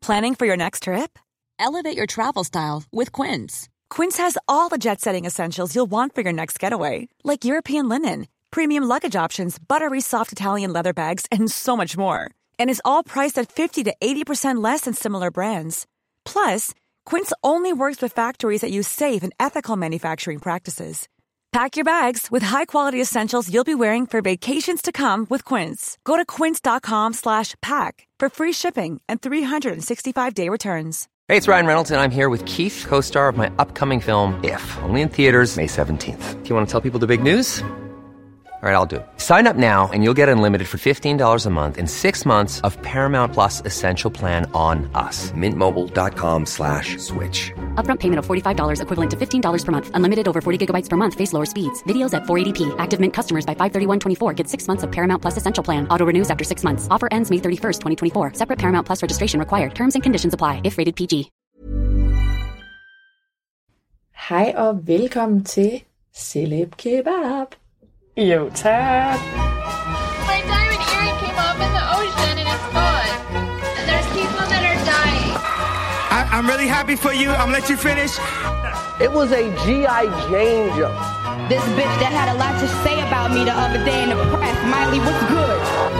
Planning for your next trip? Elevate your travel style with Quince. Quince has all the jet-setting essentials you'll want for your next getaway, like European linen, premium luggage options, buttery soft Italian leather bags, and so much more. And is all priced at 50 to 80% less than similar brands. Plus, Quince only works with factories that use safe and ethical manufacturing practices. Pack your bags with high-quality essentials you'll be wearing for vacations to come with Quince. Go to quince.com/pack for free shipping and 365-day returns. Hey, it's Ryan Reynolds, and I'm here with Keith, co-star of my upcoming film, If, only in theaters May 17th. Do you want to tell people the big news? All right, I'll do it. Sign up now and you'll get unlimited for $15 a month and 6 months of Paramount Plus Essential Plan on us. MintMobile.com/switch. Upfront payment of $45 equivalent to $15 per month. Unlimited over 40 gigabytes per month. Face lower speeds. Videos at 480p. Active Mint customers by 531.24 get 6 months of Paramount Plus Essential Plan. Auto renews after 6 months. Offer ends May 31st, 2024. Separate Paramount Plus registration required. Terms and conditions apply if rated PG. Hej og velkommen til Celeb Kebab. Jo, tak. My diamond earring came off in the ocean and it's gone. And there's people that are dying. I'm really happy for you. I'm gonna let you finish. It was a G.I. Jane jump. This bitch that had a lot to say about me the other day in the press. Miley, what's good?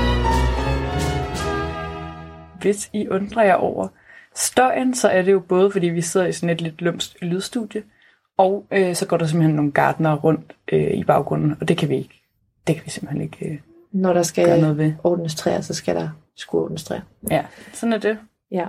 Hvis I undrer jer over støjen, så er det jo både, fordi vi sidder i sådan et lidt lumsk lydstudie, og så går der simpelthen nogle gartnere rundt i baggrunden, og det kan vi simpelthen ikke når der skal gøre noget ved. Ordnes træer, så skal der skulle ordnes træer. Ja, sådan er det. Ja.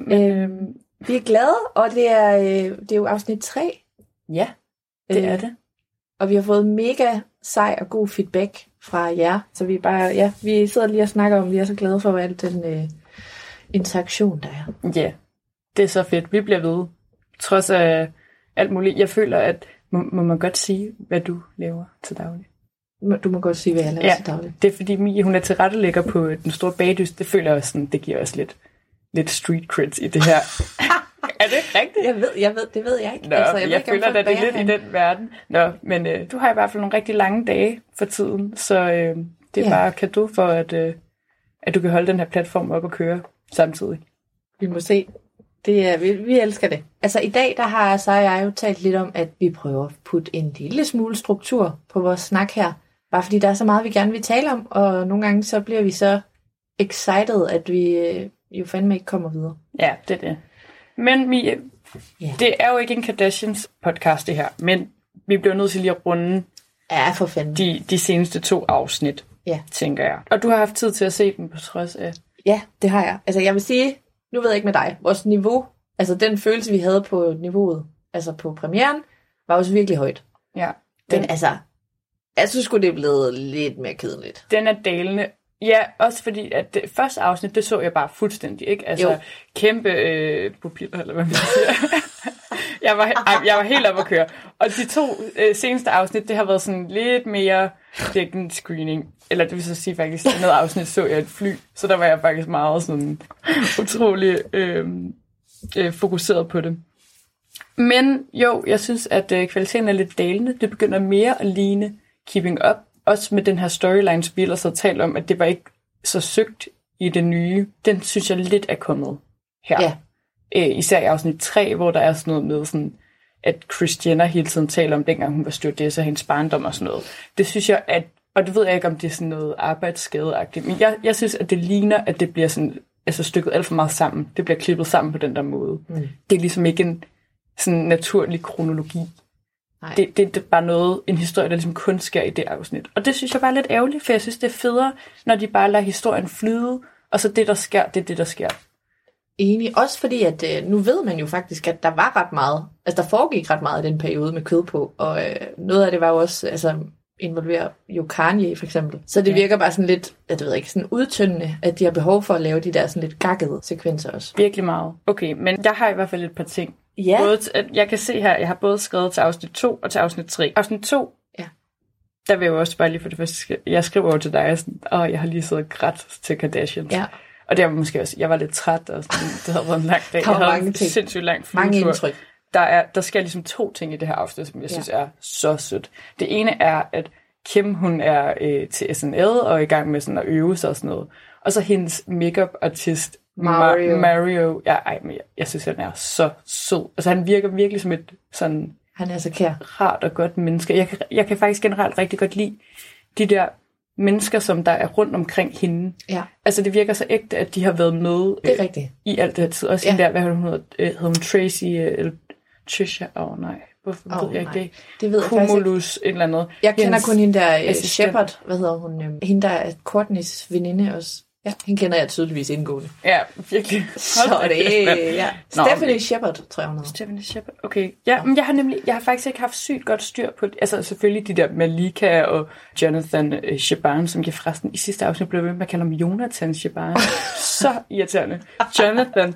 Vi er glade, og det er jo afsnit 3. Ja, det er det. Og vi har fået mega sej og god feedback fra jer, så vi sidder lige og snakker om, vi er så glade for al den interaktion, der er. Ja, det er så fedt. Vi bliver ved, trods af alt muligt. Jeg føler, at må man godt sige, hvad du laver til daglig? Du må godt sige, hvad jeg laver til daglig. Det er fordi Mie, hun er tilrettelægger på Den Store Bagdyst. Det føler jeg også sådan, det giver os lidt street creds i det her. Er det rigtigt? Det ved jeg ikke. Nå, altså, jeg føler, at det er lidt i den verden. Nå, men du har i hvert fald nogle rigtig lange dage for tiden, så det er bare cadeau for, at du kan holde den her platform op og køre samtidig. Vi må se. Vi elsker det. Altså i dag, der har så jeg jo talt lidt om, at vi prøver at putte en lille smule struktur på vores snak her. Bare fordi der er så meget, vi gerne vil tale om, og nogle gange så bliver vi så excited, at vi jo fandme ikke kommer videre. Ja, det er det. Men Mie, det er jo ikke en Kardashians podcast det her, men vi bliver nødt til lige at runde for fanden. De seneste 2 afsnit, tænker jeg. Og du har haft tid til at se dem på trods af... Ja, det har jeg. Altså jeg vil sige, nu ved jeg ikke med dig, vores niveau, altså den følelse, vi havde på niveauet, altså på premieren, var også virkelig højt. Ja. Men altså, jeg synes sgu, det er blevet lidt mere kedeligt. Den er dalende. Ja, også fordi, at det første afsnit, det så jeg bare fuldstændig, ikke? Altså, kæmpe pupiller, eller hvad man siger. jeg var helt oppe at køre. Og de 2 seneste afsnit, det har været sådan lidt mere dækkende screening. Eller det vil så sige faktisk, at noget afsnit så jeg et fly, så der var jeg faktisk meget sådan utrolig fokuseret på det. Men jo, jeg synes, at kvaliteten er lidt dalende. Det begynder mere at ligne Keeping Up. Også med den her storyline, som vi ellers havde talt om, at det var ikke så søgt i det nye. Den synes jeg lidt er kommet her. Ja. Især i afsnit 3, hvor der er sådan noget med, sådan, at Kris Jenner hele tiden taler om, dengang hun var stewardesse og hendes barndom og sådan noget. Det synes jeg, at, og det ved jeg ikke, om det er sådan noget arbejdsskadeagtigt, men jeg synes, at det ligner, at det bliver sådan, altså stykket alt for meget sammen. Det bliver klippet sammen på den der måde. Mm. Det er ligesom ikke en sådan naturlig kronologi. Det er bare noget, en historie, der ligesom kun sker i det afsnit. Og det synes jeg bare er lidt ærgerligt, for jeg synes, det er federe, når de bare lader historien flyde, og så det, der sker, det er det, der sker. Enig. Også fordi, at nu ved man jo faktisk, at der var ret meget, altså der foregik ret meget i den periode med kød på, og noget af det var jo også, altså involverer jo Kanye for eksempel. Så det virker bare sådan lidt, jeg ved ikke, sådan udtyndende, at de har behov for at lave de der sådan lidt gakkede sekvenser også. Virkelig meget. Okay, men jeg har i hvert fald et par ting. Ja. Både jeg kan se her, jeg har både skrevet til afsnit 2 og til afsnit 3. Afsnit 2, der vil jeg jo også bare lige for det første, jeg skriver jo til dig sådan, jeg har lige siddet og grædt til Kardashians. Ja. Og det var måske også, jeg var lidt træt, og sådan, det havde været en lang dag. Der var jeg mange ting. Sindssygt lang flyvetur. Mange indtryk. Der sker ligesom 2 ting i det her afsnit, som jeg synes er så sødt. Det ene er, at Kim, hun er til SNL og er i gang med sådan at øve sig og sådan noget. Og så hendes makeup artist Mario. Ja, men jeg synes, han er så sød. Altså, han virker virkelig som et sådan... Han er så kær. Rart og godt menneske. Jeg kan faktisk generelt rigtig godt lide de der mennesker, som der er rundt omkring hende. Ja. Altså, det virker så ægte, at de har været med det er rigtigt. I alt det her tid. Også der, hvad hun hedder hun Tracy eller Trisha? Nej. Hvorfor ved jeg ikke det? Det ved jeg Cumulus, et eller andet. Jeg kender kun hende der Shepard. Hvad hedder hun? Hende der er Courtneys veninde også. Ja, hende kender jeg tydeligvis indgående. Ja, virkelig. Så det ja. Stephanie Shepard, tror jeg, hun hedder. Stephanie Shepard, okay. Ja, men jeg har faktisk ikke haft sygt godt styr på det. Altså selvfølgelig de der Malika og Jonathan Shaban, som jeg forresten i sidste afsnit blev ved med at kalde ham Jonathan Shaban. Så irriterende. Jonathan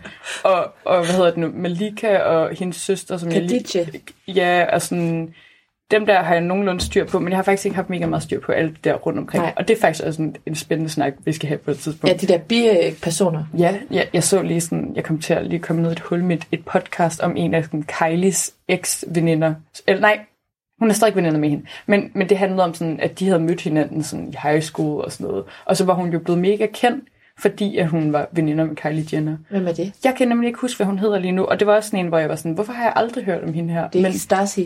og hvad hedder det nu, Malika og hendes søster, som Khadija. Ja, og sådan... Dem der har jeg nogenlunde styr på, men jeg har faktisk ikke haft mega meget styr på alt der rundt omkring. Nej. Og det er faktisk også en spændende snak, vi skal have på et tidspunkt. Ja, de der bi-personer. Ja, jeg så lige sådan, jeg kom til at lige komme ned i et hul med et podcast om en af sådan, Kylies eks-veninder. Eller nej, hun er stadig veninder med hende. Men det handlede om sådan, at de havde mødt hinanden sådan, i high school og sådan noget. Og så var hun jo blevet mega kendt, fordi at hun var veninder med Kylie Jenner. Hvem er det? Jeg kan nemlig ikke huske, hvad hun hedder lige nu. Og det var også sådan en, hvor jeg var sådan, hvorfor har jeg aldrig hørt om hende her? Det er Stasi.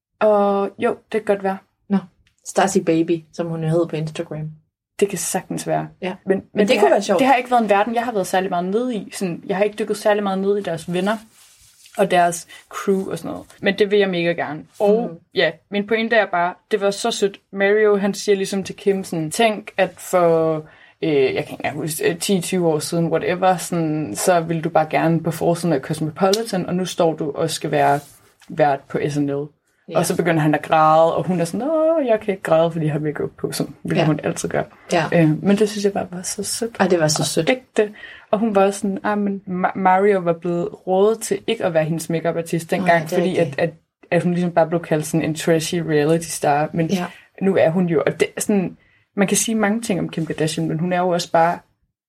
Og jo, det kan godt være. Nå, Stasi Baby, som hun hed på Instagram. Det kan sagtens være. Ja. Men det kunne være sjovt. Det har ikke været en verden, jeg har været særlig meget nede i. Sådan, jeg har ikke dykket særlig meget ned i deres venner og deres crew og sådan noget. Men det vil jeg mega gerne. Og ja, min pointe er bare, det var så sødt. Mario, han siger ligesom til Kim sådan, tænk at for... jeg kan ikke huske, 10-20 år siden, whatever, sådan, så ville du bare gerne på forsiden af Cosmopolitan, og nu står du og skal være vært på SNL. Ja. Og så begynder han at græde, og hun er sådan, jeg kan ikke græde, fordi jeg har make-up på, som hun altid gør. Ja. Men det synes jeg bare var så sødt. Ej, det var så sødt. Ægte. Og hun var også sådan, men Mario var blevet rådet til ikke at være hendes make-up artist dengang, fordi at hun ligesom bare blev kaldt sådan en trashy reality star. Men nu er hun jo, og det er sådan, man kan sige mange ting om Kim Kardashian, men hun er jo også bare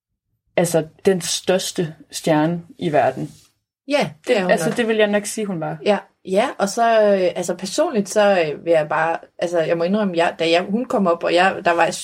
altså den største stjerne i verden. Ja, det er hun altså, nok. det vil jeg nok sige, hun var. Ja, og så altså personligt, så vil jeg bare, altså jeg må indrømme, da hun kom op, og jeg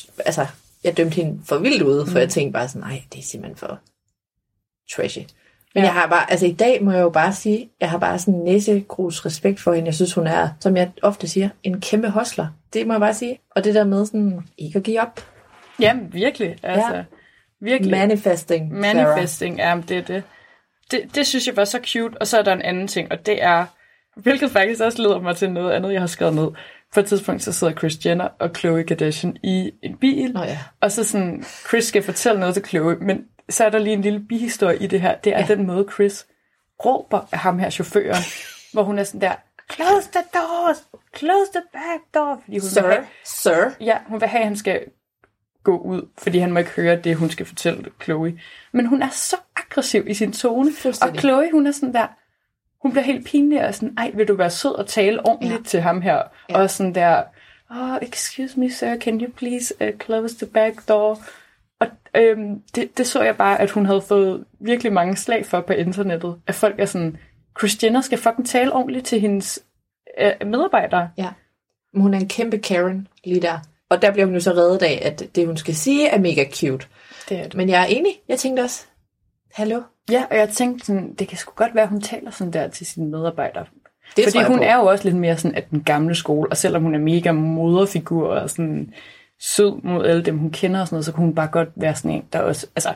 dømte hende for vildt ude, for jeg tænkte bare sådan, nej, det er simpelthen for trashy. Men jeg har bare, altså i dag må jeg jo bare sige, jeg har bare sådan en næsegrus respekt for hende. Jeg synes, hun er, som jeg ofte siger, en kæmpe hustler. Det må jeg bare sige. Og det der med sådan, ikke at give op. Jamen, virkelig. Altså, virkelig. Manifesting, ja, det er det. Det synes jeg var så cute. Og så er der en anden ting, og det er, hvilket faktisk også leder mig til noget andet, jeg har skrevet ned. På et tidspunkt, så sidder Kris Jenner og Khloe Kardashian i en bil. Og så sådan, Kris skal fortælle noget til Khloe, men så er der lige en lille bihistorie i det her. Det er den måde, Kris råber af ham her chaufføren, hvor hun er sådan der, close the doors, close the back door. Fordi hun Sir. Ja, hun vil have, at han skal gå ud, fordi han må ikke høre det, hun skal fortælle Khloe. Men hun er så aggressiv i sin tone. Og Khloe, hun er sådan der, hun bliver helt pinlig og sådan, vil du være sød og tale ordentligt til ham her? Ja. Og sådan der, excuse me sir, can you please close the back door? Og det så jeg bare, at hun havde fået virkelig mange slag for på internettet. At folk er sådan, Kris Jenner skal fucking tale ordentligt til hendes medarbejdere. Ja, men hun er en kæmpe Karen lige der. Og der bliver hun jo så reddet af, at det hun skal sige er mega cute. Det er det. Men jeg er enig. Jeg tænkte også, hallo? Ja, og jeg tænkte sådan, det kan sgu godt være, at hun taler sådan der til sine medarbejdere. Det fordi hun er jo også lidt mere sådan, at den gamle skole, og selvom hun er mega moderfigur og sådan sød mod alle dem, hun kender og sådan noget, så kunne hun bare godt være sådan en, der også, altså,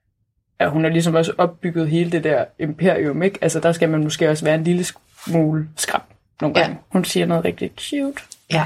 hun har ligesom også opbygget hele det der imperium, ikke? Altså, der skal man måske også være en lille smule skræm nogle gange. Hun siger noget rigtig cute. Ja.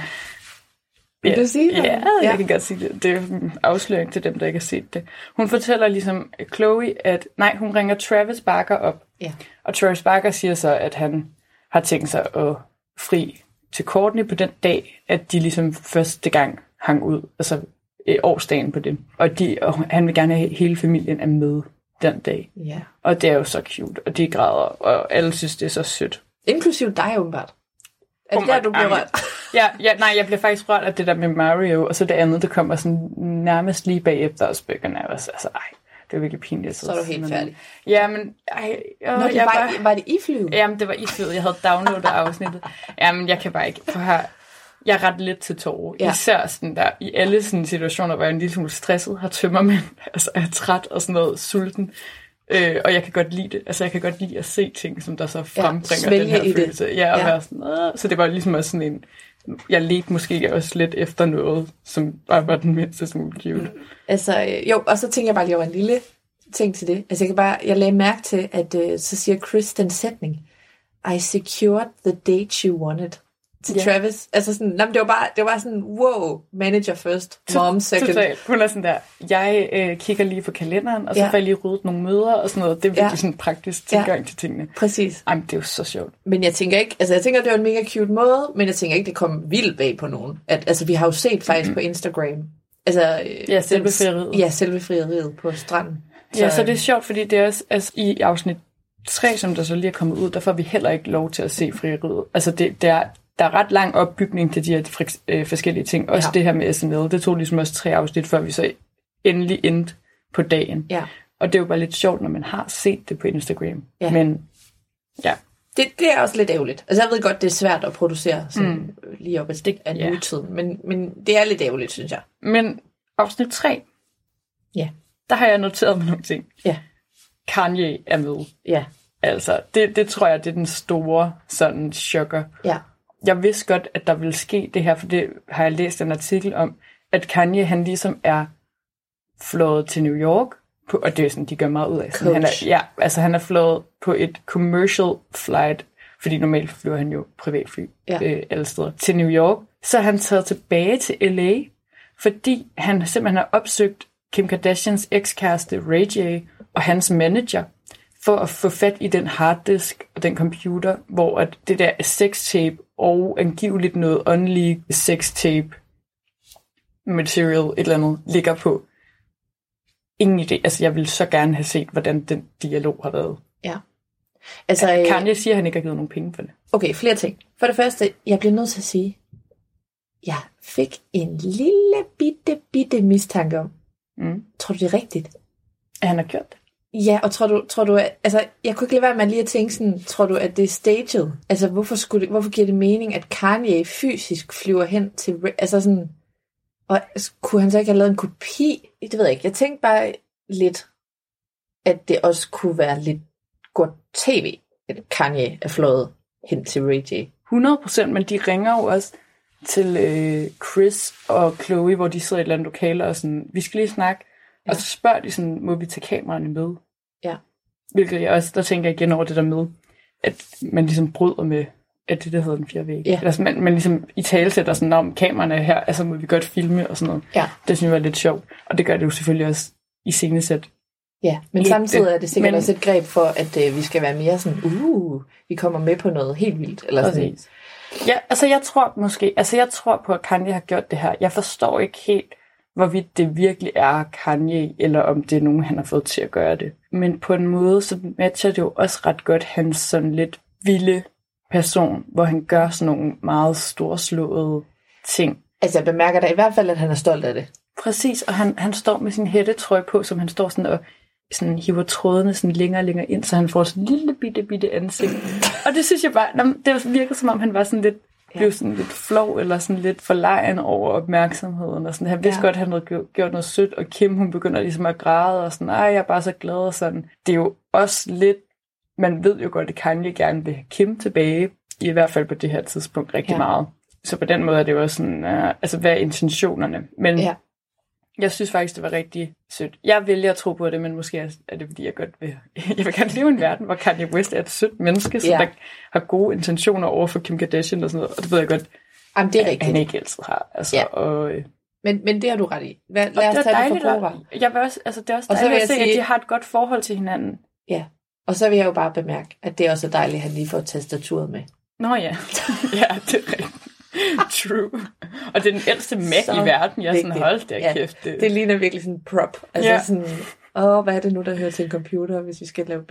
Vil du sige det? Ja, jeg kan godt sige det. Det er en afsløring til dem, der ikke har set det. Hun fortæller ligesom Khloe, at hun ringer Travis Barker op. Ja. Og Travis Barker siger så, at han har tænkt sig at fri til Kourtney på den dag, at de ligesom første gang hang ud, altså årsdagen på det. Og han vil gerne have, at hele familien er med den dag. Ja. Og det er jo så cute, og de græder, og alle synes, det er så sødt. Inklusiv dig, åbenbart. Er det der, du bliver rørt? Jeg bliver faktisk rørt af det der med Mario, og så det andet, der kommer sådan nærmest lige bagefter, og spøgerne er også, altså det var virkelig pinligt. Så er du helt færdig. Ja, men var det i flyet? Jamen, det var i flyet. Jeg havde downloadet afsnittet. Jamen, jeg kan bare ikke. Jeg er ret lidt til tårer. Ja. Især sådan der, i alle sådan situationer, hvor jeg er en lille smule stresset, har tømmermænd, altså er træt og sådan noget, sulten. Og jeg kan godt lide det. Altså, jeg kan godt lide at se ting, som der så frembringer den her følelse. Ja, og være sådan, så det var ligesom også sådan en... Jeg ledte måske også lidt efter noget, som bare var den mindste smule cute. Altså, jo, og så tænker jeg bare lige over en lille ting til det. Altså, jeg lagde mærke til, at så siger Chris den sætning, I secured the date you wanted. Til Travis. Altså sådan, det var bare sådan, wow, manager first, mom second. Totalt. Hun er sådan der, jeg kigger lige på kalenderen, og så får jeg lige ryddet nogle møder og sådan noget. Det er virkelig sådan en praktisk tilgang til tingene. Præcis. Jamen, det er jo så sjovt. Men jeg tænker ikke, altså jeg tænker, det var en mega cute måde, men jeg tænker ikke, det kom vildt bag på nogen. Altså, vi har jo set faktisk på Instagram. Altså, selve frieriet. Ja, selve frieriet på stranden. Så det er sjovt, fordi det er også altså, i afsnit 3, som der så lige er kommet ud, der får vi heller ikke lov til at se frieriet. Altså, der er ret lang opbygning til de her forskellige ting. Også det her med SNL. Det tog ligesom også 3 afsnit, før vi så endelig endte på dagen. Ja. Og det er jo bare lidt sjovt, når man har set det på Instagram. Ja. Men ja. Det er også lidt ærgerligt. Altså jeg ved godt, det er svært at producere sådan, lige op et stik af nutiden. Men det er lidt ærgerligt, synes jeg. Men afsnit 3, der har jeg noteret med nogle ting. Ja. Kanye er med. Ja. Altså, det tror jeg, det er den store sådan chokker. Ja. Jeg vidste godt, at der ville ske det her, for det har jeg læst en artikel om, at Kanye, han ligesom er flået til New York, og det er sådan, de gør meget ud af. Sådan, han er flået på et commercial flight, fordi normalt flyver han jo privatfly alle steder, til New York. Så er han taget tilbage til LA, fordi han simpelthen har opsøgt Kim Kardashians ekskæreste Ray J og hans manager, for at få fat i den harddisk og den computer, hvor at det der sextape og angiveligt noget åndelig sextape material, et eller andet, ligger på. Ingen idé. Altså, jeg ville så gerne have set, hvordan den dialog har været. Ja. Altså, Kanye siger, at han ikke har givet nogen penge for det. Okay, flere ting. For det første, jeg bliver nødt til at sige, jeg fik en lille bitte mistanke om. Tror du, det er rigtigt? At han har gjort det? Ja, og tror du altså, jeg kunne ikke lade være med lige at tænke sådan, tror du, at det er staged? Altså, hvorfor giver det mening, at Kanye fysisk flyver hen til, altså sådan, og kunne han så ikke have lavet en kopi? Det ved jeg ikke. Jeg tænkte bare lidt, at det også kunne være lidt godt tv, at Kanye er flået hen til Ray J. 100%, men de ringer jo også til Chris og Chloe, hvor de sidder i et eller andet lokale og sådan, vi skal lige snakke. Ja. Og så spørger de sådan, må vi tage kameraerne med? Ja. Hvilket jeg også, der tænker jeg igen over det der med, at man ligesom bryder med, at det der hedder den 4 væg. Ja. Altså man ligesom i tale sætter sådan, om kameraerne er her, altså må vi godt filme og sådan noget. Ja. Det synes jeg var lidt sjovt. Og det gør det jo selvfølgelig også i scenesæt. Ja, men samtidig er det sikkert også et greb for, at vi skal være mere sådan, vi kommer med på noget helt vildt. Eller sådan. Ja, altså jeg tror på, at Kanye har gjort det her. Jeg forstår ikke helt, hvorvidt det virkelig er Kanye, eller om det er nogen, han har fået til at gøre det. Men på en måde, så matcher det jo også ret godt hans sådan lidt vilde person, hvor han gør sådan nogle meget storslåede ting. Altså jeg bemærker da i hvert fald, at han er stolt af det. Præcis, og han står med sin hættetrøje på, som han står sådan og sådan hiver trådene sådan længere og længere ind, så han får sådan en lille bitte ansigt. Og det synes jeg bare, det virkede som om han var sådan lidt, blev sådan lidt flov, eller sådan lidt forlegen over opmærksomheden, og sådan, han vidste godt, at han havde gjort noget sødt, og Kim, hun begynder ligesom at græde, og sådan, jeg er bare så glad, og sådan. Det er jo også lidt, man ved jo godt, at Kanye gerne vil have Kim tilbage, i hvert fald på det her tidspunkt rigtig meget. Så på den måde er det jo også sådan, altså hvad er intentionerne? Men jeg synes faktisk, det var rigtig sødt. Jeg vælger at tro på det, men måske er det, fordi jeg vil gerne leve i en verden, hvor Kanye West er et sødt menneske, som der har gode intentioner over for Kim Kardashian og sådan noget, og det ved jeg godt, jamen, det er rigtigt. Han ikke altid har. Altså, og, men det har du ret i. Lad os tage det for forvar. Jeg vil også, altså, det er også dejligt at se, at de har et godt forhold til hinanden. Ja, og så vil jeg jo bare bemærke, at det er også dejligt, at han lige får tastaturet med. Nå ja, ja, det er rigtigt. True. Og det er den ældste Mac i verden. Jeg er sådan, hold der kæft. Det ligner virkelig sådan en prop. Altså sådan, hvad er det nu, der hører til en computer, hvis vi skal lave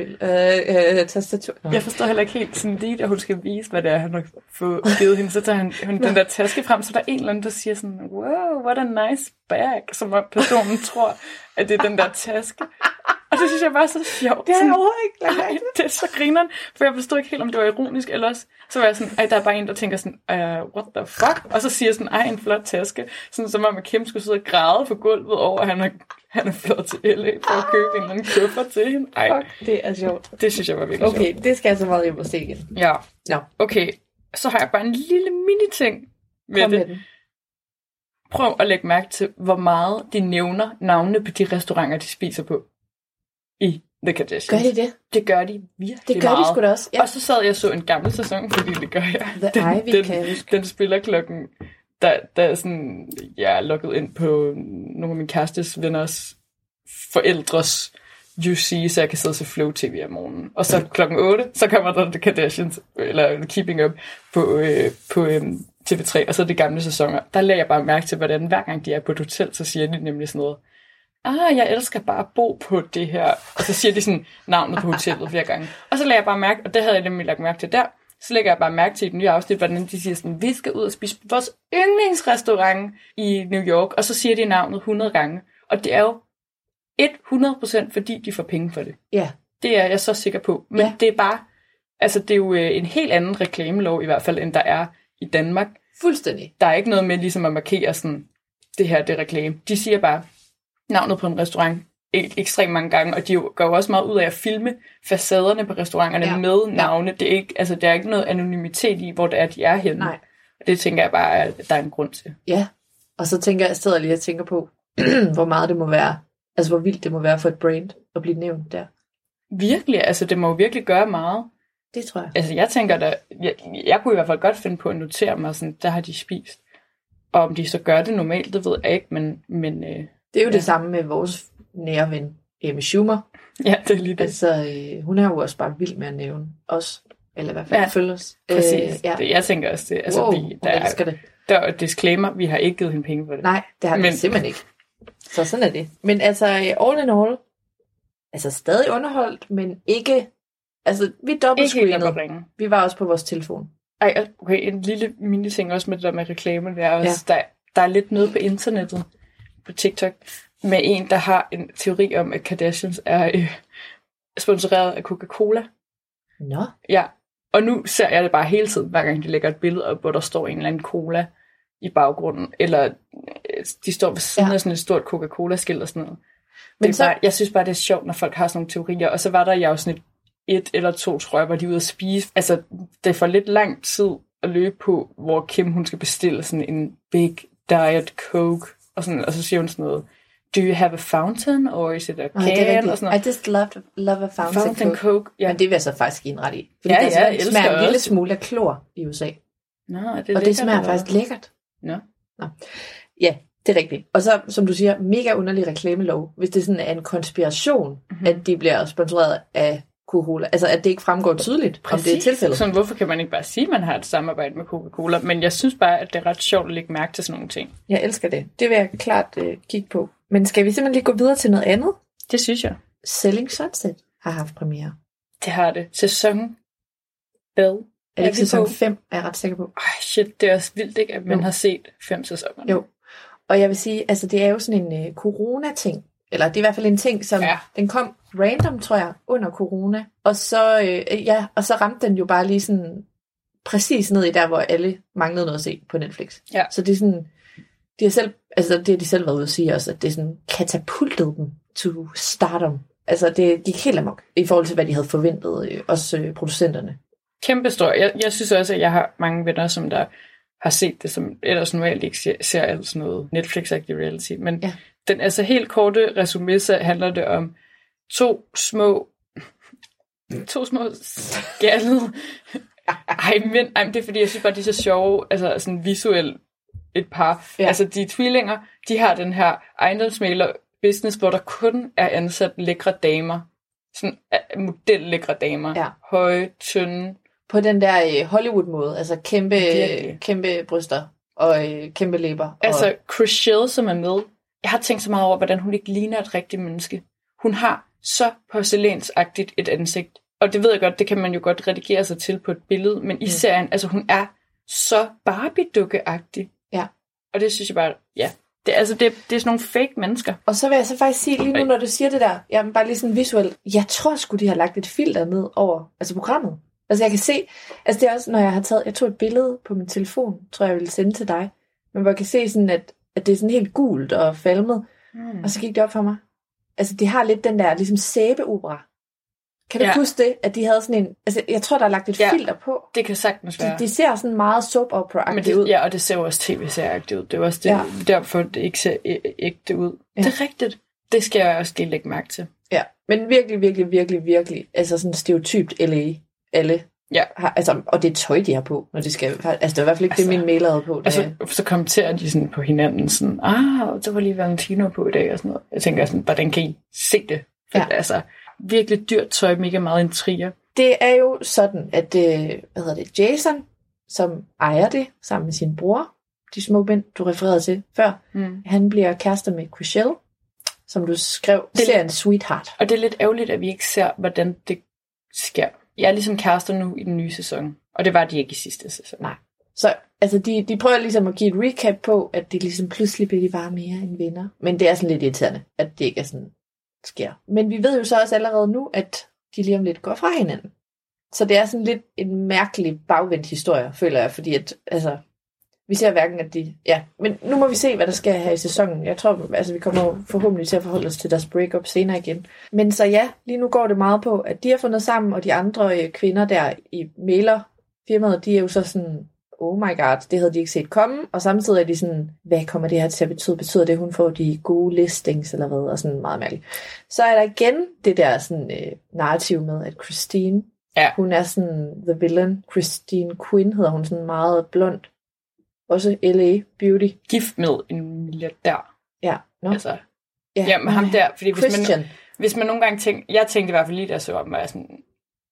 tastatur? Jeg forstår heller ikke helt sådan lige, da hun skal vise, hvad det er, han har fået givet hende. Så tager hun den der taske frem, så der er en eller anden, der siger sådan, wow, what a nice bag. Som om personen tror, at det er den der taske. Og det synes jeg bare så sjovt. Det har jeg overhovedet ikke lagt mærke til. Det er så grineren, for jeg forstod ikke helt, om det var ironisk, eller også, så var jeg sådan, der er bare en, der tænker sådan, what the fuck? Og så siger sådan, en flot taske, sådan som om, at Kim skulle sidde og græde på gulvet over, at han er flot til LA for at købe en eller anden køber til hende. Fuck, det er sjovt. Det synes jeg var virkelig sjovt. Okay, det skal jeg så meget hjem og se igen. Ja. No. Okay, så har jeg bare en lille mini-ting med Kom det. med den. Prøv at lægge mærke til, hvor meget de nævner navnene på de restauranter, de spiser på i The Kardashians. Gør de det? Det gør de virkelig Det gør meget. de sgu da også, ja. Og så sad jeg så en gammel sæson, fordi det gør jeg. The Ivy kan jeg huske. Den spiller klokken, der er sådan, jeg er logget ind på nogle af min kærestes venners forældres UC, så jeg kan sidde og se Flow TV om morgenen. Og så klokken 8, så kommer der The Kardashians, eller Keeping Up, på TV3, og så de gamle sæsoner. Der lagde jeg bare mærke til, hvordan hver gang de er på et hotel, så siger de nemlig sådan noget, jeg elsker bare at bo på det her. Og så siger de sådan navnet på hotellet flere gange. Og så lagde jeg bare mærke, og det havde jeg nemlig lagt mærke til der, så lægger jeg bare mærke til i den nye afsnit, hvordan de siger sådan, vi skal ud og spise på vores yndlingsrestaurant i New York, og så siger de navnet 100 gange. Og det er jo 100% fordi de får penge for det. Ja. Det er jeg så sikker på. Men det er bare, altså det er jo en helt anden reklamelov i hvert fald, end der er i Danmark. Fuldstændig. Der er ikke noget med ligesom at markere sådan, det her det er reklame. De siger bare navnet på en restaurant ekstremt mange gange, og de går jo også meget ud af at filme facaderne på restauranterne med navne. Det er ikke, altså der er ikke noget anonymitet i, hvor det er, de er henne. Nej. Og det tænker jeg bare, at der er en grund til. Ja, og så tænker jeg stadig lige at tænke på, hvor meget det må være, altså hvor vildt det må være for et brand at blive nævnt der. Virkelig, altså det må jo virkelig gøre meget. Det tror jeg. Altså jeg tænker da, jeg kunne i hvert fald godt finde på at notere mig sådan, der har de spist. Og om de så gør det normalt, det ved jeg ikke, men det er jo det samme med vores nære ven, Amy Schumer. Ja, det er lige det. Altså, hun er jo også bare vild med at nævne os, eller i hvert fald følge os. Præcis, jeg tænker også det. Altså, der er et disclaimer, vi har ikke givet hende penge for det. Nej, det har vi simpelthen ikke. Så sådan er det. Men altså, all in all, altså stadig underholdt, men ikke, altså vi dobbeltscreenede. Vi var også på vores telefon. Ej, okay, en lille mini-ting også med det der med reklamer, det er også, der er lidt noget på internettet, på TikTok, med en, der har en teori om, at Kardashians er sponsoreret af Coca-Cola. Nå. Ja, og nu ser jeg det bare hele tiden, hver gang de lægger et billede op, hvor der står en eller anden cola i baggrunden, eller de står ved siden af sådan et stort Coca-Cola-skilt og sådan noget. Men så, bare, jeg synes bare, det er sjovt, når folk har sådan nogle teorier, og så var der jo sådan et eller to, tror jeg, hvor de er ude at spise. Altså, det får lidt lang tid at løbe på, hvor Kim, hun skal bestille sådan en big diet Coke, og så siger hun sådan noget, do you have a fountain, or is it a can? Og sådan noget. I just love a fountain Coke. Ja. Men det vil jeg så faktisk give en ret i. Fordi det smager en lille smule af klor i USA. Nå, og det smager faktisk lækkert. Nå. Ja, det er rigtigt. Og så, som du siger, mega underlig reklamelov, hvis det sådan er en konspiration, at de bliver sponsoreret af Coca-Cola. Altså, at det ikke fremgår tydeligt, om det er tilfældet. Sådan, hvorfor kan man ikke bare sige, at man har et samarbejde med Coca-Cola? Men jeg synes bare, at det er ret sjovt at lægge mærke til sådan nogle ting. Jeg elsker det. Det vil jeg klart kigge på. Men skal vi simpelthen lige gå videre til noget andet? Det synes jeg. Selling Sunset har haft premiere. Det har det. Sæson Bell. Er det ikke sæson 5, er jeg ret sikker på? Shit, det er også vildt, ikke, at man har set 5 sæsoner. Jo. Og jeg vil sige, altså det er jo sådan en corona-ting. Eller det er i hvert fald en ting, som den kom random, tror jeg, under corona. Og så, og så ramte den jo bare lige sådan præcis ned i der, hvor alle manglede noget at se på Netflix. Ja. Så det er sådan, det har de selv været ude at sige også, at det er sådan katapultede dem to stardom. Altså det gik helt amok i forhold til, hvad de havde forventet, også producenterne. Kæmpe stor. Jeg synes også, at jeg har mange venner, som der har set det, som ellers normalt ikke ser alt sådan noget Netflix-agtig reality. Men den altså helt korte resumé, så handler det om to små skaldede. Ej, det er fordi, jeg synes bare, de er så sjove, altså sådan visuelt et par. Ja. Altså de tvillinger, de har den her ejendomsmægler business, hvor der kun er ansat lækre damer. Sådan modellækre damer. Ja. Høje, tynde. På den der Hollywood-måde, altså kæmpe bryster og kæmpe læber. Altså Chris Shell, som er med, jeg har tænkt så meget over, hvordan hun ikke ligner et rigtigt menneske. Hun har så porcelænsagtigt et ansigt. Og det ved jeg godt, det kan man jo godt redigere sig til på et billede, men i serien, altså hun er så Barbie-dukke-agtig. Ja. Og det synes jeg bare, Det er sådan nogle fake mennesker. Og så vil jeg så faktisk sige, lige nu når du siger det der, jamen bare lige sådan visuelt, jeg tror sgu, de har lagt et filter ned over programmet. Altså jeg kan se, det er også, når jeg tog et billede på min telefon, tror jeg ville sende til dig, men hvor jeg kan se sådan, at det er sådan helt gult og falmet, og så gik det op for mig. Altså de har lidt den der ligesom sæbeopera. Kan du huske det, at de havde sådan en... Altså, jeg tror, der er lagt et filter på. Det kan sagtens være. De ser sådan meget soap-opera-agtigt ud. Ja, og det ser jo også tv-serieagtigt ud. Det er også derfor, det ikke ser ægte ud. Ja. Det er rigtigt. Det skal jeg også lægge mærke til. Ja, men virkelig, virkelig, virkelig, virkelig... Altså sådan stereotypt LA. Alle har... Altså, og det er tøj, de har på, når de skal... Altså, det er i hvert fald ikke det, min mailer havde på. Så kommenterer de sådan på hinanden sådan... så var lige Valentino på i dag og sådan noget. Jeg tænker sådan, hvordan kan I se det? Ja. Altså... Virkelig dyrt tøj, mega meget intriger. Det er jo sådan, at Jason, som ejer det sammen med sin bror, de små mænd, du refererede til før, han bliver kærester med Chrishell, som du skrev, serien Sweetheart. Og det er lidt ærgerligt, at vi ikke ser, hvordan det sker. Jeg er ligesom kærester nu i den nye sæson, og det var de ikke i sidste sæson. Nej. Så altså, de prøver ligesom at give et recap på, at det ligesom pludselig bliver de bare mere end venner. Men det er sådan lidt irriterende, at det ikke er sådan... sker. Men vi ved jo så også allerede nu, at de lige om lidt går fra hinanden. Så det er sådan lidt en mærkelig bagvendt historie, føler jeg, fordi at, altså, vi ser hverken, at de... Ja, men nu må vi se, hvad der sker her i sæsonen. Jeg tror, altså, vi kommer forhåbentlig til at forholde os til deres breakup senere igen. Men så ja, lige nu går det meget på, at de har fundet sammen, og de andre kvinder der i mailerfirmaet, de er jo så sådan... Oh my god, det havde de ikke set komme, og samtidig er de sådan, hvad kommer det her til at betyde? Betyder det, at hun får de gode listings, eller hvad? Og sådan meget mærkeligt. Så er der igen det der sådan narrativ med, at Christine, hun er sådan the villain. Christine Quinn hedder hun, sådan meget blond. Også LA Beauty. Gift med en milliardær. Ja, no? Altså, men ham der, fordi hvis man nogle gange tænker, jeg tænkte i hvert fald lige, der så om, var sådan,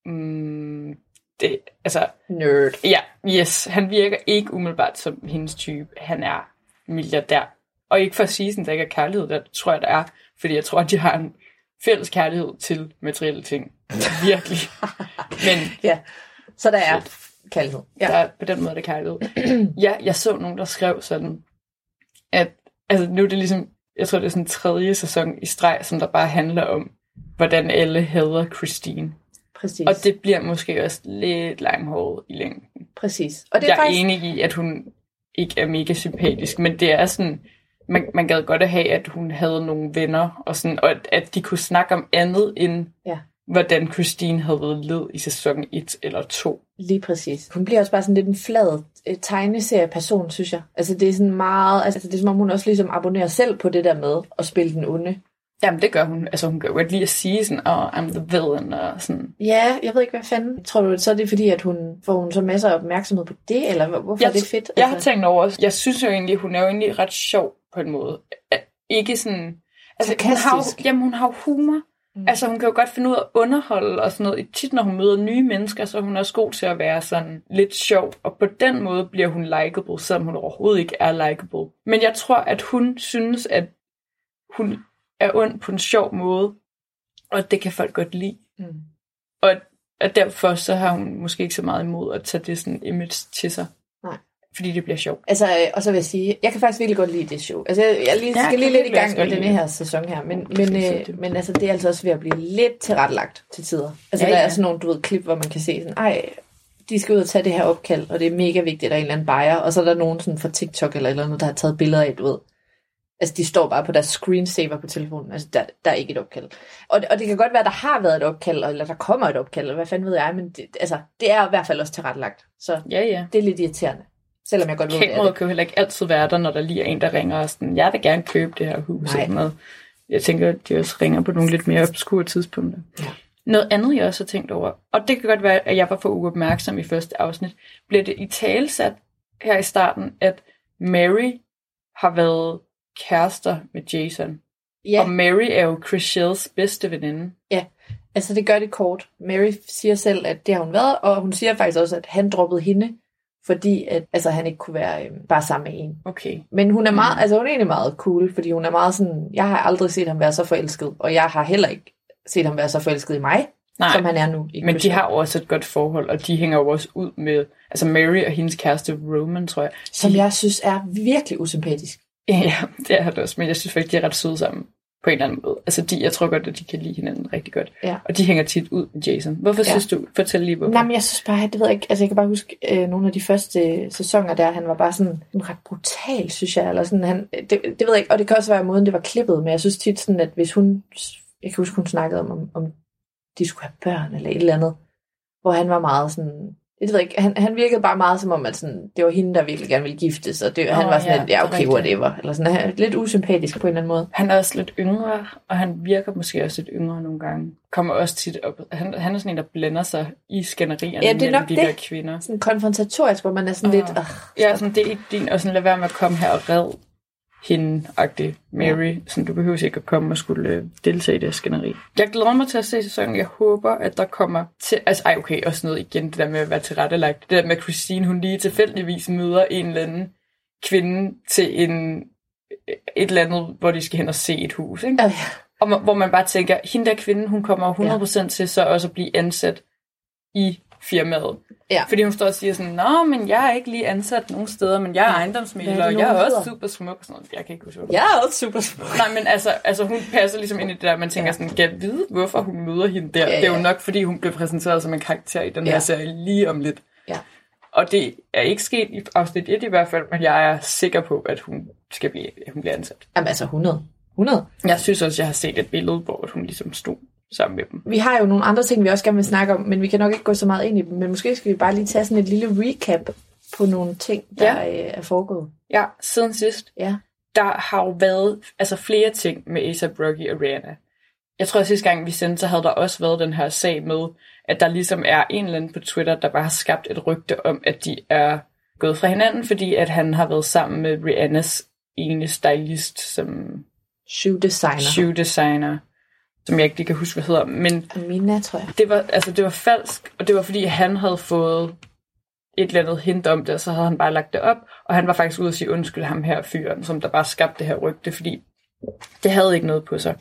det, altså... Nerd. Ja, yes. Han virker ikke umiddelbart som hendes type. Han er milliardær. Og ikke for at sige, at der ikke er kærlighed, der tror jeg, der er. Fordi jeg tror, at de har en fælles kærlighed til materielle ting. Virkelig. Men... ja, så der er kærlighed. Ja. Der er, på den måde er det kærlighed. Ja, jeg så nogen, der skrev sådan, at... Altså, nu er det ligesom... Jeg tror, det er sådan 3. sæson i streg, som der bare handler om, hvordan alle hader Christine. Præcis. Og det bliver måske også lidt langhåret i længden. Præcis. Og det er jeg faktisk... enig i, at hun ikke er mega sympatisk, men det er sådan, man gad godt at have, at hun havde nogle venner, og, sådan, og at de kunne snakke om andet, end hvordan Christine havde været led i sæson 1 eller 2. Lige præcis. Hun bliver også bare sådan lidt en flad tegneserieperson, synes jeg. Altså det er sådan meget, altså det er som om hun også ligesom abonnerer selv på det der med at spille den onde. Jamen, det gør hun. Altså, hun kan jo godt lide at sige sådan, I'm the villain, og sådan. Ja, jeg ved ikke, hvad fanden. Tror du, så er det fordi, at hun får så masser af opmærksomhed på det, eller hvorfor er det fedt? Jeg har tænkt over, jeg synes jo egentlig, hun er jo egentlig ret sjov på en måde. Ikke sådan... Altså, hun har jo humor. Altså, hun kan jo godt finde ud af at underholde og sådan noget. Tit, når hun møder nye mennesker, så er hun også god til at være sådan lidt sjov. Og på den måde bliver hun likable, selvom hun overhovedet ikke er likable. Men jeg tror, at hun synes, at hun er ond på en sjov måde, og det kan folk godt lide. Og derfor så har hun måske ikke så meget imod at tage det sådan image til sig. Nej. Fordi det bliver sjovt. Altså, og så vil jeg sige, jeg kan faktisk virkelig godt lide det show. Altså, jeg skal lige lidt i gang med denne her sæson her, men altså, det er altså også ved at blive lidt tilrettelagt til tider. Altså, der er sådan nogle, du ved, klip, hvor man kan se sådan, de skal ud og tage det her opkald, og det er mega vigtigt, at der er en eller anden buyer, og så er der nogen sådan fra TikTok eller noget, der har taget billeder af, du ved. Altså, de står bare på deres screensaver på telefonen. Altså, der er ikke et opkald. Og det kan godt være, der har været et opkald, eller der kommer et opkald, eller hvad fanden ved jeg, men det er i hvert fald også tilrettelagt. Så det er lidt irriterende. Selvom jeg godt ved, kameraet kan jo heller ikke altid være der, når der lige er en, der ringer og sådan, jeg vil gerne købe det her hus. Eller jeg tænker, at de også ringer på nogle lidt mere obskure tidspunkter. Ja. Noget andet, jeg også har tænkt over, og det kan godt være, at jeg var for uopmærksom i første afsnit, bliver det italesat her i starten, at Mary har været kærester med Jason. Ja. Og Mary er jo Chrishells bedste veninde. Ja, altså det gør det kort. Mary siger selv, at det har hun været, og hun siger faktisk også, at han droppede hende, fordi at, altså, han ikke kunne være bare sammen med en. Okay. Men hun er meget, altså hun er egentlig meget cool, fordi hun er meget sådan, jeg har aldrig set ham være så forelsket, og jeg har heller ikke set ham være så forelsket i mig, som han er nu. Men de har også et godt forhold, og de hænger jo også ud med, altså Mary og hendes kæreste Roman, tror jeg. Som jeg synes er virkelig usympatisk. Ja, det er det også, men jeg synes faktisk, de er ret søde sammen på en eller anden måde. Altså, jeg tror godt, at de kan lide hinanden rigtig godt. Ja. Og de hænger tit ud med Jason. Hvorfor synes du? Fortæl lige, hvorfor. Nej, men jeg synes bare, det ved jeg ikke. Altså, jeg kan bare huske nogle af de første sæsoner der, han var bare sådan ret brutal, synes jeg. Eller sådan, det ved jeg ikke, og det kan også være måden, det var klippet, men jeg synes tit sådan, at hvis hun, jeg kan huske, hun snakkede om de skulle have børn, eller et eller andet, hvor han var meget sådan, jeg ved ikke, han virkede bare meget som om, at sådan, det var hende, der virkelig gerne ville giftes, og han var sådan lidt, ja, okay, whatever. Eller sådan, lidt usympatisk på en eller anden måde. Han er også lidt yngre, og han virker måske også lidt yngre nogle gange. Kommer også tit op. Han er sådan en, der blander sig i skænderierne mellem de der kvinder. Sådan konfrontatorisk, hvor man er sådan lidt... Ja, sådan, det er ikke din, og sådan lad være med at komme her og red hende-agtig Mary. Sådan, du behøver ikke at komme og skulle deltage i det skænderi. Jeg glæder mig til at se sæsonen. Jeg håber, at der kommer til... Altså, okay, også noget igen, det der med at være tilrettelagt. Det der med, at Christine, hun lige tilfældigvis møder en eller anden kvinde til et eller andet, hvor de skal hen og se et hus, ikke? Ja. Og hvor man bare tænker, hende der kvinde, hun kommer 100% til så også at blive ansat i firmaet. Ja. Fordi hun står og siger sådan, nå, men jeg er ikke lige ansat nogen steder, men jeg er ejendomsmægler, og jeg er også super smuk. Og sådan noget. Jeg kan ikke huske, jeg er også super smuk. Nej, men altså hun passer ligesom ind i det der, man tænker sådan, kan jeg vide, hvorfor hun møder hende der? Ja. Det er jo nok, fordi hun blev præsenteret som en karakter i den her serie lige om lidt. Ja. Og det er ikke sket i afsnit 1 i hvert fald, men jeg er sikker på, at hun bliver ansat. Jamen altså 100. Jeg synes også, jeg har set et billede, hvor hun ligesom stod sammen med dem. Vi har jo nogle andre ting, vi også gerne vil snakke om, men vi kan nok ikke gå så meget ind i dem. Men måske skal vi bare lige tage sådan et lille recap på nogle ting, der er foregået. Ja, siden sidst. Ja. Der har jo været flere ting med A$AP Rocky og Rihanna. Jeg tror, at sidste gang vi sendte, så havde der også været den her sag med, at der ligesom er en eller anden på Twitter, der bare har skabt et rygte om, at de er gået fra hinanden, fordi at han har været sammen med Rihannas ene stylist, som... Shoe designer, som jeg ikke lige kan huske, hvad hedder. Men Amina, tror jeg. Det var falsk, og det var fordi, han havde fået et eller andet hint om det, og så havde han bare lagt det op, og han var faktisk ude at sige undskyld ham her fyren, som der bare skabte det her rygte, fordi det havde ikke noget på sig.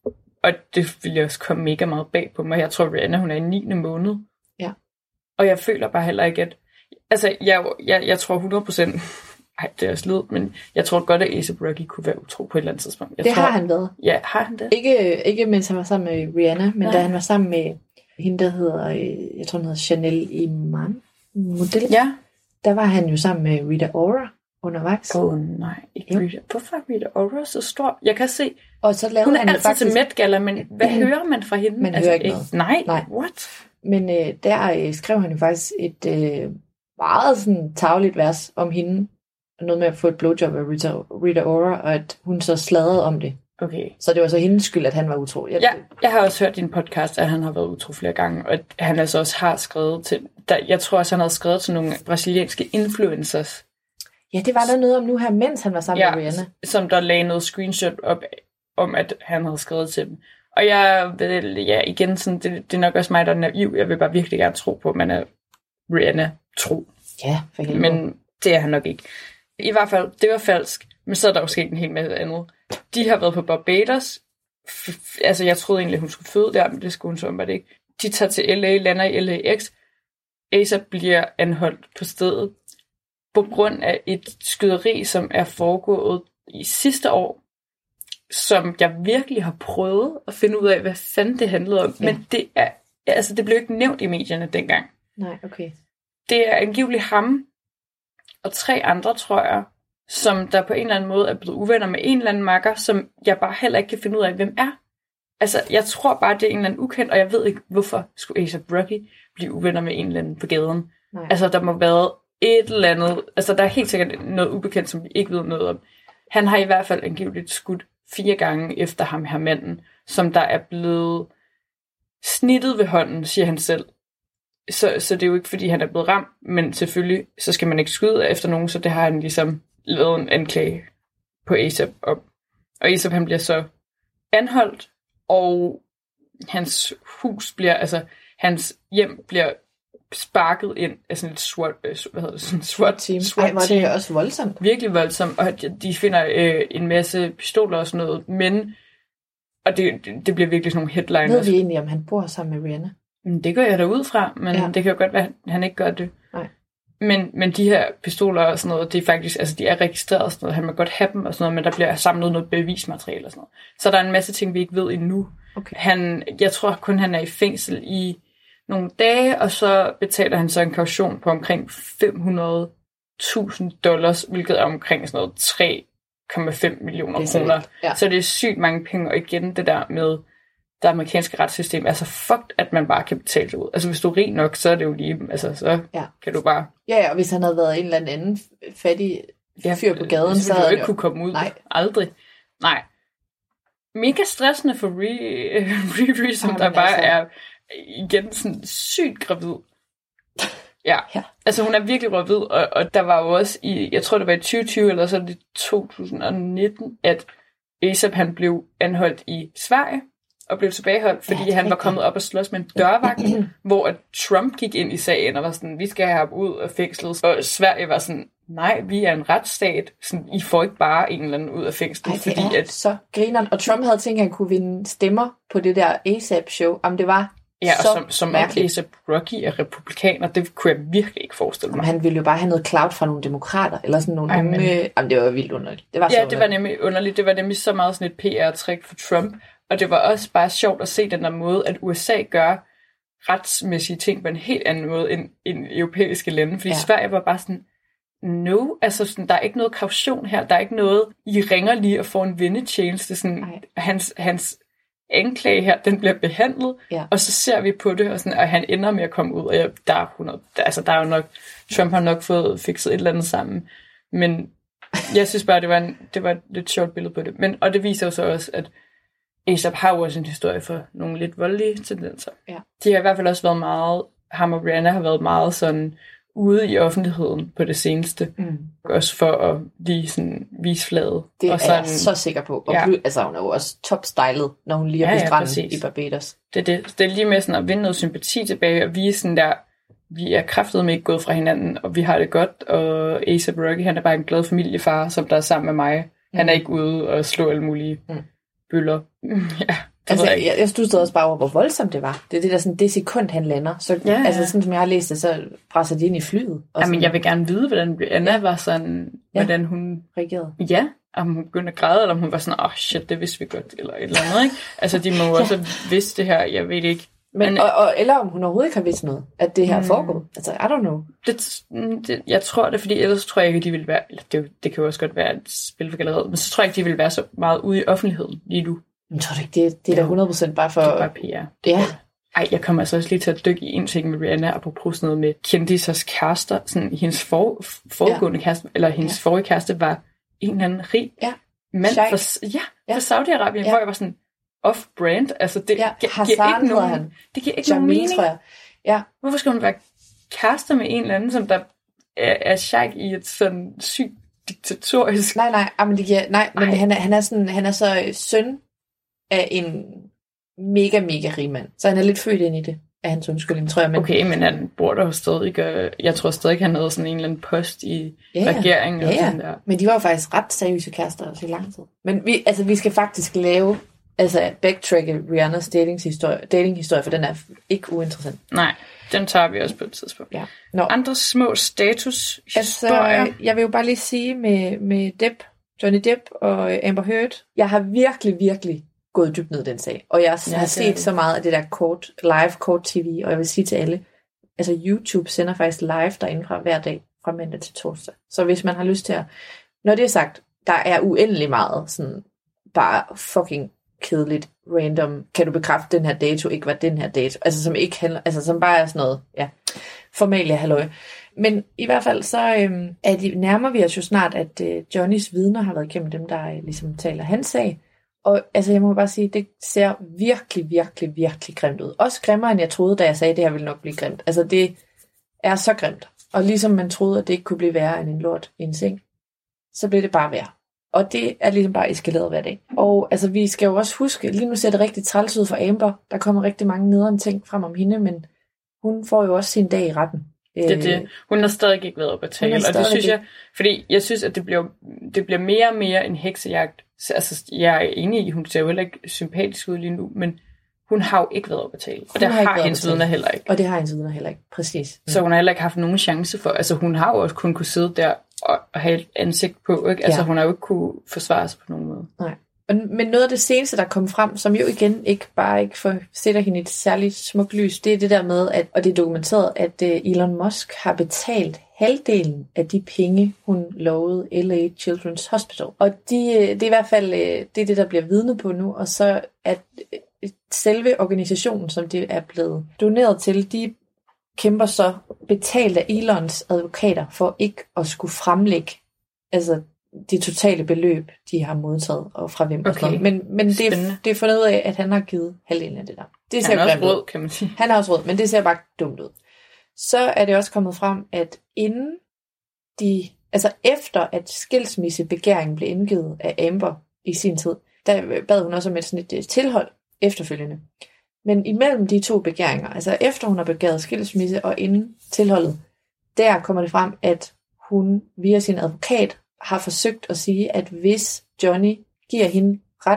Og det ville også komme mega meget bag på mig. Jeg tror, Rihanna, hun er i 9. måned. Ja. Og jeg føler bare heller ikke, at... Altså, jeg tror 100%... Ej, det er også lidt, men jeg tror godt, at A$AP Rocky kunne være utro på et eller andet tidspunkt. Har han været. Ja, har han det? Ikke mens han var sammen med Rihanna, men da han var sammen med hende, der hedder, jeg tror hun hedder Chanel Iman, model. Ja. Der var han jo sammen med Rita Ora undervejs. Nej, ikke Rita. Hvorfor er Rita Ora så stor? Jeg kan se, og så lavede hun er han altid faktisk til Met Gala, men hvad hører man fra hende? Man hører ikke noget. Nej, what? Men der skrev han jo faktisk et meget sådan tarveligt vers om hende, noget med at få et blowjob af Rita Ora, og at hun så sladrede om det. Okay. Så det var så hendes skyld, at han var utro. Jeg har også hørt i din podcast, at han har været utro flere gange, og at han altså også har skrevet til... Jeg tror også, han havde skrevet til nogle brasilianske influencers. Ja, det var der noget om nu her, mens han var sammen med Rihanna. Som der lagde noget screenshot op, om at han havde skrevet til dem. Og igen, sådan, det er nok også mig, der er naiv. Jeg vil bare virkelig gerne tro på, at man er Rihanna-tro. Ja, for helvede. Men det er han nok ikke. I hvert fald, det var falsk, men så er der jo sket en hel masse andet. De har været på Barbados. Altså, jeg troede egentlig, hun skulle føde der, men det skulle hun så det ikke. De tager til LA, lander i LAX. A$AP bliver anholdt på stedet på grund af et skyderi, som er foregået i sidste år, som jeg virkelig har prøvet at finde ud af, hvad fanden det handlede om. Ja. Men det blev ikke nævnt i medierne dengang. Nej, okay. Det er angiveligt ham og 3 andre, tror jeg, som der på en eller anden måde er blevet uvenner med en eller anden makker, som jeg bare heller ikke kan finde ud af, hvem er. Altså, jeg tror bare, det er en eller anden ukendt, og jeg ved ikke, hvorfor skulle A$AP Rocky blive uvenner med en eller anden på gaden. Nej. Altså, der må være et eller andet... Altså, der er helt sikkert noget ubekendt, som vi ikke ved noget om. Han har i hvert fald angiveligt skudt 4 gange efter ham her manden, som der er blevet snittet ved hånden, siger han selv. Så det er jo ikke, fordi han er blevet ramt, men selvfølgelig, så skal man ikke skyde efter nogen, så det har han ligesom lavet en anklage på A$AP op. Og A$AP, han bliver så anholdt, og hans hans hjem bliver sparket ind af sådan et SWAT team. Ej, var det også voldsomt? Virkelig voldsomt, og de finder en masse pistoler og sådan noget, men, og det bliver virkelig sådan nogle headlines. Ved vi egentlig, om han bor sammen med Rihanna? Det går jeg da ud fra, men det kan jo godt være, at han ikke gør det. Nej. Men de her pistoler og sådan noget, det er faktisk, altså de er registreret og sådan noget, han må godt have dem og sådan noget, men der bliver samlet noget bevismateriale og sådan noget. Så der er en masse ting, vi ikke ved endnu. Okay. Jeg tror kun, han er i fængsel i nogle dage, og så betaler han så en kaution på omkring $500,000, hvilket er omkring sådan noget 3,5 millioner kroner. Ja. Så det er sygt mange penge, og igen det der med det amerikanske retssystem, altså fucked, at man bare kan betale det ud. Altså hvis du er rig nok, så er det jo lige, altså så kan du bare... Ja, og hvis han havde været en eller anden fattig fyr på gaden, så havde han jo ikke kunne komme ud. Nej. Aldrig. Nej. Mega stressende for Riri, som der bare er igen sådan sygt gravid. Ja, altså hun er virkelig gravid, og der var jo også jeg tror det var i 2020, eller så det 2019, at A$AP han blev anholdt i Sverige, og blev tilbageholdt, fordi han var kommet op og slås med en dørvagt, hvor at Trump gik ind i sagen, og var sådan, vi skal have ham ud af fængslet, og Sverige var sådan, nej, vi er en retsstat, sådan, I får ikke bare en eller anden ud af fængslet, fordi at... så grineren, og Trump havde tænkt, at han kunne vinde stemmer på det der A$AP-show, om det var som A$AP Rocky er republikaner, det kunne jeg virkelig ikke forestille mig. Han ville jo bare have noget clout fra nogle demokrater, eller sådan nogle unge... Jamen, det var vildt underligt. Det var nemlig underligt. Det var nemlig så meget sådan et PR-træk for Trump, og det var også bare sjovt at se den der måde, at USA gør retsmæssige ting på en helt anden måde end europæiske lande, fordi Sverige var bare sådan, altså sådan, der er ikke noget kaution her, der er ikke noget, I ringer lige og får en vindetjeneste, sådan, hans anklage her, den bliver behandlet, og så ser vi på det, og han ender med at komme ud, og der er jo nok, Trump har nok fået fikset et eller andet sammen, men jeg synes bare, det var et lidt sjovt billede på det, og det viser jo så også, at A$AP har jo også en historie for nogle lidt voldelige tendenser. Ja. De har i hvert fald også været meget, ham og Rihanna har været meget sådan ude i offentligheden på det seneste. Også for at lige sådan vise flaget. Det og sådan, er jeg så sikker på. Og altså hun er jo også top-stylet, når hun lige er på stranden i Barbados. Det er lige med sådan at vinde noget sympati tilbage, og vi er sådan der, vi er kraftedeme ikke gået fra hinanden, og vi har det godt, og A$AP Rocky, han er bare en glad familiefar, som der er sammen med mig. Han er ikke ude og slå alle mulige bøller. Altså, jeg studsede også bare over, hvor voldsomt det var. Det er det der sådan, det sekund, han lander. Så, altså, sådan som jeg har læst det, så presser de ind i flyet. Jamen, jeg vil gerne vide, hvordan Anna var sådan, hvordan hun reagerede. Ja, om hun begyndte at græde, eller om hun var sådan, shit, det vidste vi godt, eller et eller andet, ikke? Altså, de må jo også vidste det her, jeg ved ikke. Men, eller om hun overhovedet ikke har vidst noget, at det her er foregået. Altså, I don't know. Jeg tror det, fordi ellers tror jeg ikke, at de vil være, eller det kan jo også godt være et spil for galleriet, men så tror jeg ikke, de vil være så meget ude i offentligheden lige nu. Jeg tror ikke, det er da 100% bare for... Det er bare PR. Ja. Ej, jeg kommer altså også lige til at dykke i en ting med Rihanna, apropos sådan noget med kendisers kærester. Sådan, hendes foregående kæreste, eller hendes forrige kæreste, var en eller anden rig mand fra Saudi-Arabien, hvor jeg var sådan off-brand. Altså, det giver ikke nogen... Det giver ikke nogen mening. Tror jeg. Ja. Hvorfor skal hun være kærester med en eller anden, som der er sheik i et sådan sygt diktatorisk... Nej, men han er så søn af en mega, mega rig mand. Så han er lidt født ind i det, af hans undskyldning, tror jeg. Men... Okay, men han bor der jo stadig, jeg tror stadig, han havde sådan en eller anden post i regeringen. Og sådan der. Men de var jo faktisk ret seriøse kærester også i lang tid. Men vi skal faktisk lave, backtracke Rihannas datinghistorie, for den er ikke uinteressant. Nej, den tager vi også på et tidspunkt. Ja. Andre små statushistorier. Altså, jeg vil jo bare lige sige med Johnny Depp og Amber Heard, jeg har virkelig, virkelig gået dybt ned i den sag. Og jeg har set så meget af det der live kort tv, og jeg vil sige til alle, altså YouTube sender faktisk live derindefra hver dag, fra mandag til torsdag. Så hvis man har lyst til at... Når det er sagt, der er uendelig meget sådan bare fucking kedeligt, random, kan du bekræfte, den her dato ikke var den her dato, altså som ikke handler, altså som bare er sådan noget, formalia halløj. Men i hvert fald så nærmer vi os jo snart, at Johnnys vidner har været igennem dem, der ligesom taler hans sag. Og altså jeg må bare sige, det ser virkelig, virkelig, virkelig grimt ud. Også grimmere, end jeg troede, da jeg sagde, at det her ville nok blive grimt. Altså det er så grimt. Og ligesom man troede, at det ikke kunne blive værre end en lort i en seng, så blev det bare værre. Og det er ligesom bare eskaleret hver dag. Og altså vi skal jo også huske, lige nu ser det rigtig træls ud for Amber. Der kommer rigtig mange nederen ting frem om hende, men hun får jo også sin dag i retten. Det. Hun har stadig ikke været op at tale, og det synes jeg, fordi jeg synes, at det bliver mere og mere en heksejagt. Altså, jeg er enig i, hun ser jo heller ikke sympatisk ud lige nu, men hun har jo ikke været op at tale. Og det har hendes vidner heller ikke. Og det har hendes vidner heller ikke, præcis. Så hun har heller ikke haft nogen chance for, altså hun har jo også kun kunne sidde der og have et ansigt på, ikke? Altså hun har jo ikke kunne forsvare sig på nogen måde. Nej. Men noget af det seneste, der kom frem, som jo igen ikke sætter hende i et særligt smukt lys, det er det der med, og det er dokumenteret, at Elon Musk har betalt halvdelen af de penge, hun lovede LA Children's Hospital. Og det er i hvert fald det, der bliver vidnet på nu, og så at selve organisationen, som det er blevet doneret til, de kæmper så betalt af Elons advokater for ikke at skulle fremlægge altså det totale beløb, de har modtaget, og fra hvem. Okay. Men det er fundet ud af, at han har givet halvdelen af det der. Det ser han er også rød, kan man sige. Han er også rød, men det ser bare dumt ud. Så er det også kommet frem, at efter at skilsmissebegæringen blev indgivet af Amber i sin tid, der bad hun også om sådan et tilhold efterfølgende. Men imellem de to begæringer, altså efter hun har begæret skilsmisse og inden tilholdet, der kommer det frem, at hun via sin advokat har forsøgt at sige, at hvis Johnny giver hende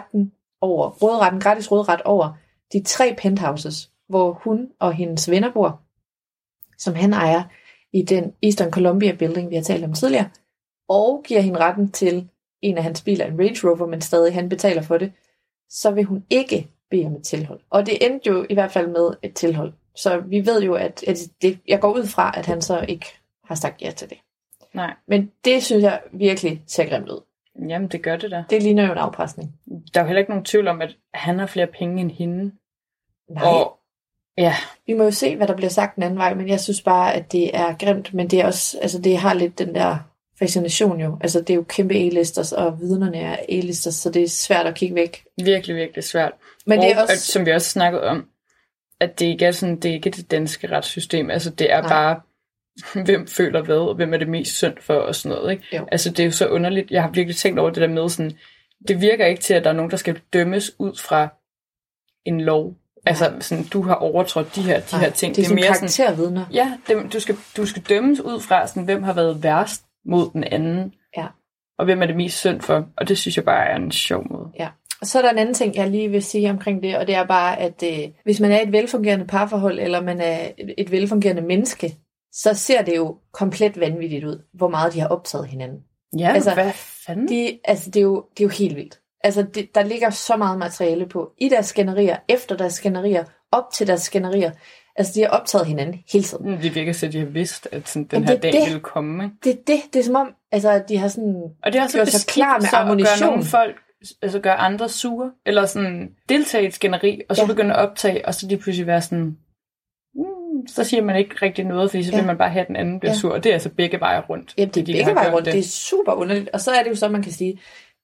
gratis rådret over de 3 penthouses, hvor hun og hendes venner bor, som han ejer i den Eastern Columbia Building, vi har talt om tidligere, og giver hende retten til en af hans biler, en Range Rover, men stadig han betaler for det, så vil hun ikke bede om et tilhold. Og det endte jo i hvert fald med et tilhold. Så vi ved jo, at jeg går ud fra, at han så ikke har sagt ja til det. Nej. Men det synes jeg virkelig ser grimt ud. Jamen, det gør det da. Det ligner jo en afpresning. Der er jo heller ikke nogen tvivl om, at han har flere penge end hende. Nej. Og ja. Vi må jo se, hvad der bliver sagt den anden vej, men jeg synes bare, at det er grimt, men det er også, altså det har lidt den der fascination jo. Altså det er jo kæmpe A-listers, og vidnerne er A-listers, så det er svært at kigge væk. Virkelig, virkelig svært. Men det er også, at, som vi også snakkede om, at det ikke er sådan, det er ikke det danske retssystem. Altså det er bare, hvem føler hvad, og hvem er det mest synd for, og sådan noget, ikke? Jo. Altså det er jo så underligt. Jeg har virkelig tænkt over det der med sådan, det virker ikke til, at der er nogen, der skal dømmes ud fra en lov. Altså sådan, du har overtrådt de her ting. Det er mere karaktervidner. Ja, du skal dømmes ud fra sådan, hvem har været værst mod den anden. Ja. Og hvem er det mest synd for. Og det synes jeg bare er en sjov måde. Ja. Og så er der en anden ting, jeg lige vil sige omkring det, og det er bare, at hvis man er et velfungerende parforhold, eller man er et velfungerende menneske, så ser det jo komplet vanvittigt ud, hvor meget de har optaget hinanden. Ja, altså, hvad fanden? Det er jo helt vildt. Altså, der ligger så meget materiale på, i deres skænderier, efter deres skænderier, op til deres skænderier. Altså, de har optaget hinanden hele tiden. Det virker så, at de har vidst, at sådan, den her dag ville komme. Ikke? Det er som om, altså, de har sådan og det er også gjort sig klar med ammunition. At gøre nogle folk, altså gøre andre sure, eller sådan deltage i et skænderi, og så begynde at optage, og så de pludselig være sådan, så siger man ikke rigtig noget, fordi så vil man bare have, den anden bliver sur, og det er altså begge veje rundt. Ja, det er begge veje rundt, det er super underligt, og så er det jo så, man kan sige,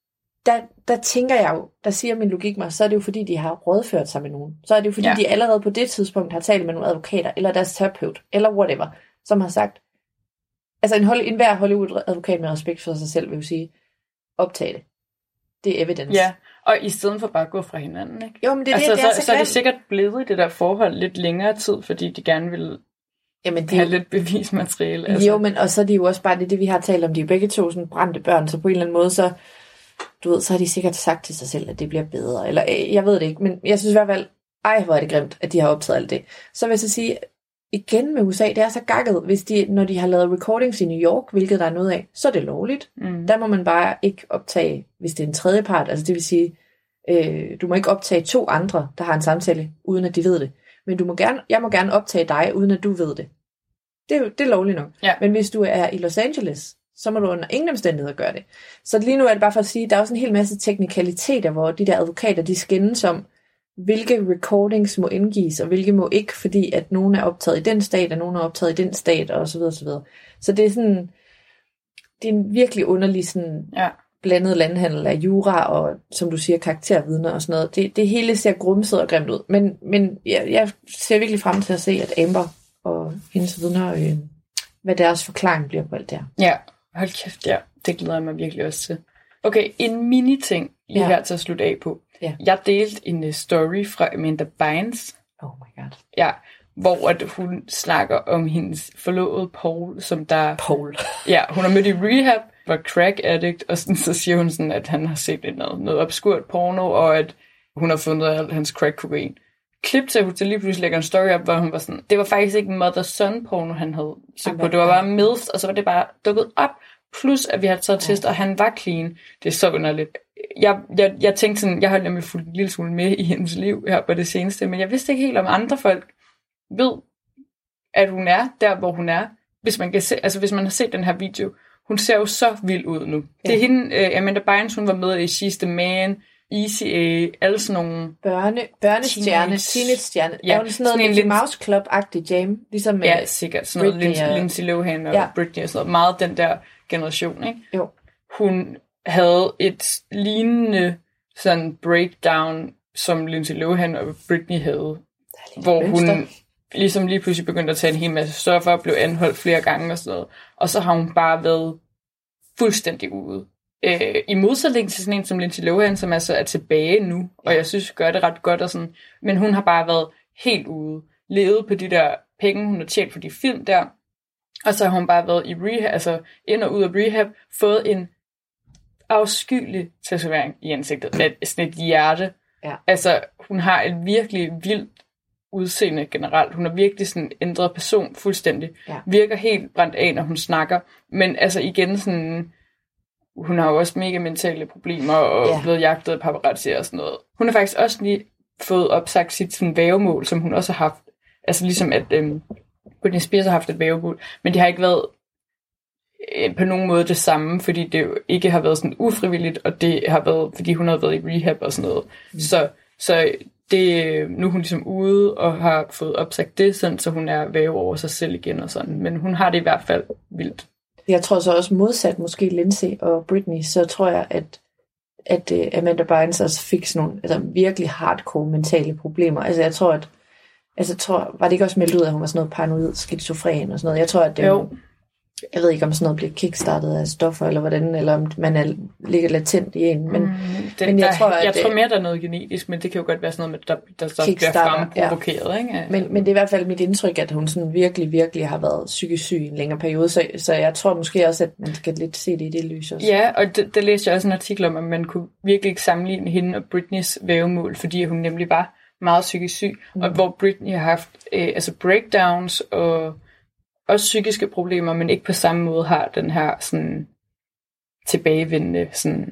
der tænker jeg jo, der siger min logik mig, så er det jo fordi, de har rådført sig med nogen. Så er det jo fordi, de allerede på det tidspunkt har talt med nogle advokater, eller deres terapeut, eller whatever, som har sagt, altså enhver Hollywood-advokat med respekt for sig selv vil jo sige, optag det. Det er evidence. Ja, og i stedet for bare at gå fra hinanden, ikke? Jo, men det er altså, det, det er så er det sikkert blevet i det der forhold lidt længere tid, fordi de gerne vil have lidt bevismateriale. Altså. Jo, men og så er det jo også bare det vi har talt om, de er begge to sådan brændte børn, så på en eller anden måde, så har de sikkert sagt til sig selv, at det bliver bedre, eller jeg ved det ikke, men jeg synes i hvert fald, hvor er det grimt, at de har optaget alt det. Så vil jeg så sige, igen med USA, det er så gakket, hvis når de har lavet recordings i New York, hvilket der er noget af, så er det lovligt. Der må man bare ikke optage, hvis det er en tredje part, altså det vil sige, du må ikke optage 2 andre, der har en samtale, uden at de ved det. Men jeg må gerne optage dig, uden at du ved det. Det er lovligt nok. Ja. Men hvis du er i Los Angeles, så må du under ingen omstændigheder gøre det. Så lige nu er det bare for at sige, der er også en hel masse teknikaliteter, hvor de der advokater, de skændes om, hvilke recordings må indgives, og hvilke må ikke, fordi at nogen er optaget i den stat, og nogen er optaget i den stat, og så videre, så videre. Så det er sådan, det er en virkelig underlig sådan blandet landhandel af jura, og som du siger, karaktervidner og sådan noget. Det hele ser grumset og grimt ud. Men jeg ser virkelig frem til at se, at Amber og hendes vidner, hvad deres forklaring bliver på alt det her. Ja, hold kæft, ja. Det glæder jeg mig virkelig også til. Okay, en mini-ting lige her til at slutte af på. Ja. Jeg delte en story fra Amanda Bynes. Oh my god. Ja, hvor at hun snakker om hendes forlovede Paul, som der... Paul. Ja, hun har mødt i rehab, var crack addict, og sådan, så siger hun sådan, at han har set noget obskurt porno, og at hun har fundet alt hans crack-kokain. klip til, at hun lige pludselig lægger en story op, hvor hun var sådan, det var faktisk ikke mother-son porno, han havde søgt på. Det var bare MILF, og så var det bare dukket op. Plus, at vi havde taget test, og han var clean. Det er så underligt. Jeg tænkte sådan, jeg holdt nemlig fuldt en lille smule med i hendes liv her på det seneste, men jeg vidste ikke helt, om andre folk ved, at hun er der, hvor hun er. Hvis man kan se, altså hvis man har set den her video, hun ser jo så vild ud nu. Ja. Det er hende, Amanda Bynes, hun var med i She's the Man, Easy A, alle sådan nogle... Børnestjerne, teenage-stjerne. Ja, er jo sådan noget Mickey Mouse Club-agtig jam, ligesom ja, sikkert. Sådan noget Lindsay Lohan og Britney og sådan noget. Meget den der generation, ikke? Jo. Hun havde et lignende sådan breakdown, som Lindsay Lohan og Britney havde. Hvor hun ligesom lige pludselig begyndte at tage en hel masse stoffer og blev anholdt flere gange og sådan noget. Og så har hun bare været fuldstændig ude. I modsætning til sådan en som Lindsay Lohan, som altså er tilbage nu, og jeg synes, gør det ret godt og sådan. Men hun har bare været helt ude, levet på de der penge, hun har tjent for de film der, og så har hun bare været i rehab, altså ind og ud af rehab, fået en afskyelig tatovering i ansigtet, med sådan et hjerte. Ja. Altså, hun har et virkelig vildt udseende generelt. Hun har virkelig sådan ændret person fuldstændig. Ja. Virker helt brændt af, når hun snakker. Men altså igen sådan... Hun har jo også mega mentale problemer og blevet jagtet af paparazzi og sådan noget. Hun har faktisk også lige fået opsagt sit sådan vævemål, som hun også har haft. Altså ligesom at Britney Spears har haft et vævemål. Men det har ikke været på nogen måde det samme, fordi det jo ikke har været sådan ufrivilligt, og det har været, fordi hun har været i rehab og sådan noget. Så det, nu er hun ligesom ude og har fået opsagt det, sådan, så hun er væve over sig selv igen og sådan. Men hun har det i hvert fald vildt. Jeg tror så også modsat måske Lindsay og Britney, så tror jeg, at Amanda Bynes også fik sådan nogle altså, virkelig hardcore mentale problemer. Altså jeg tror, var det ikke også meldt ud, at hun var sådan noget paranoid, skizofren og sådan noget? Jeg tror, at jeg ved ikke, om sådan noget bliver kickstartet af stoffer, eller hvordan, eller om man ligger latent i en. Men jeg tror mere, der er noget genetisk, men det kan jo godt være sådan noget, der så bliver fremprovokeret. Ikke? Men det er i hvert fald mit indtryk, at hun sådan virkelig, virkelig har været psykisk syg i en længere periode, så jeg tror måske også, at man skal lidt se det i det lys også. Ja, og der læste jeg også en artikel om, at man kunne virkelig ikke sammenligne hende og Britneys vævemål, fordi hun nemlig var meget psykisk syg, og hvor Britney har haft altså breakdowns og også psykiske problemer, men ikke på samme måde har den her sådan tilbagevendende,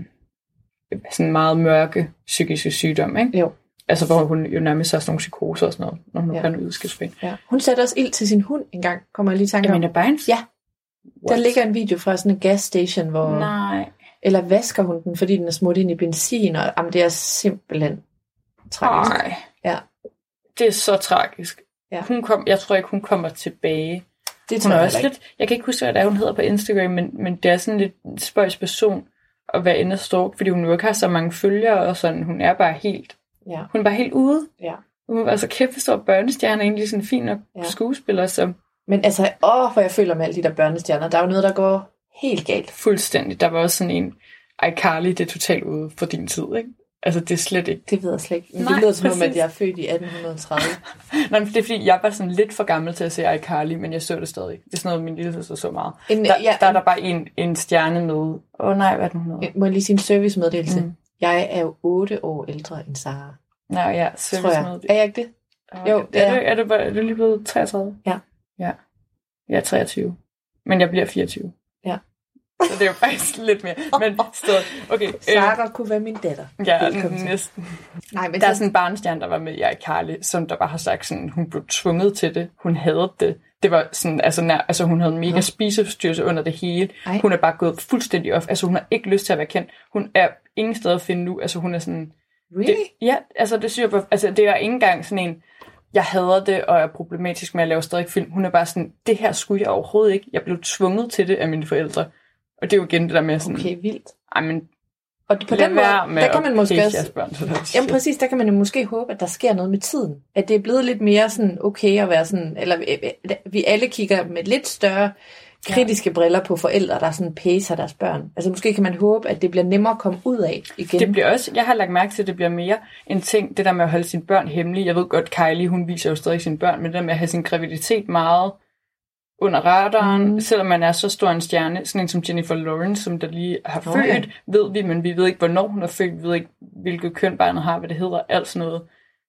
sådan meget mørke psykiske sygdom, ikke? Jo. Altså hvor hun jo nærmest har sådan nogle psykoser og sådan noget, når hun kan udskifte. Ja. Hun satte også ild til sin hund engang, kommer jeg lige i tanke om. Amanda Bynes? Ja. What? Der ligger en video fra sådan en gasstation, hvor... Nej. Eller vasker hun den, fordi den er smurt ind i benzin, og jamen, det er simpelthen tragisk. Nej. Ja. Det er så tragisk. Ja. Jeg tror ikke, hun kommer tilbage. Det hun er også lidt, jeg kan ikke huske, hvad det er, hun hedder på Instagram, men det er sådan lidt en spøjs person at være inde og stalk, fordi hun jo ikke har så mange følgere, og sådan, hun er bare helt, hun er bare helt ude. Ja. Hun var altså kæmpe stor børnestjerne, egentlig sådan en fin og skuespiller. Så. Men altså, hvor jeg føler med alle de der børnestjerner, der er jo noget, der går helt galt. Fuldstændig. Der var også sådan en, iCarly, det er totalt ude for din tid, ikke? Altså, det er slet ikke... Det ved jeg slet ikke. Men det lyder som om, at jeg er født i 1830. Nej, det er fordi, jeg var sådan lidt for gammel til at se iCarly, men jeg så det stadig. Det er sådan noget, min lille søster så meget. Der er der bare en stjerne med. Nej, hvad er den hedder? Må jeg lige sige en servicemeddelelse? Jeg er jo 8 år ældre end Sara. Nå ja, servicemeddelelse. Er jeg ikke det? Jo, er du lige blevet 33? Ja. Jeg er 23. Men jeg bliver 24. Ja. Så det er jo faktisk lidt mere. Men stadig. Okay. Sara kunne være min datter. Ja, næsten. Nej, men der er sådan en barnestjerne, der var med i iCarly, som der bare har sagt sådan, hun blev tvunget til det. Hun havde det. Det var sådan, altså hun havde en mega spiseforstyrrelse under det hele. Ej. Hun er bare gået fuldstændig off. Altså hun har ikke lyst til at være kendt. Hun er ingen sted at finde nu. Altså hun er sådan... Really? Det synes jeg, altså det er ikke engang sådan en... Jeg hader det, og er problematisk med at lave stadig film. Hun er bare sådan, det her skulle jeg overhovedet ikke. Jeg blev tvunget til det af mine forældre. Og det er jo igen det der med sådan... Okay, vildt. Ej, men... Og på den måde, der kan man måske også... Jamen præcis, der kan man jo måske håbe, at der sker noget med tiden. At det er blevet lidt mere sådan okay at være sådan... Eller vi alle kigger med lidt større kritiske briller på forældre, der sådan pacer deres børn. Altså måske kan man håbe, at det bliver nemmere at komme ud af igen. Det bliver også... Jeg har lagt mærke til, at det bliver mere en ting, det der med at holde sine børn hemmelige. Jeg ved godt, Kylie, hun viser jo stadig sine børn, men det der med at have sin graviditet meget... under radaren, selvom man er så stor en stjerne, sådan en som Jennifer Lawrence, som der lige har født, ved vi, men vi ved ikke, hvornår hun har født, vi ved ikke, hvilket køn barnet har, hvad det hedder, alt sådan noget.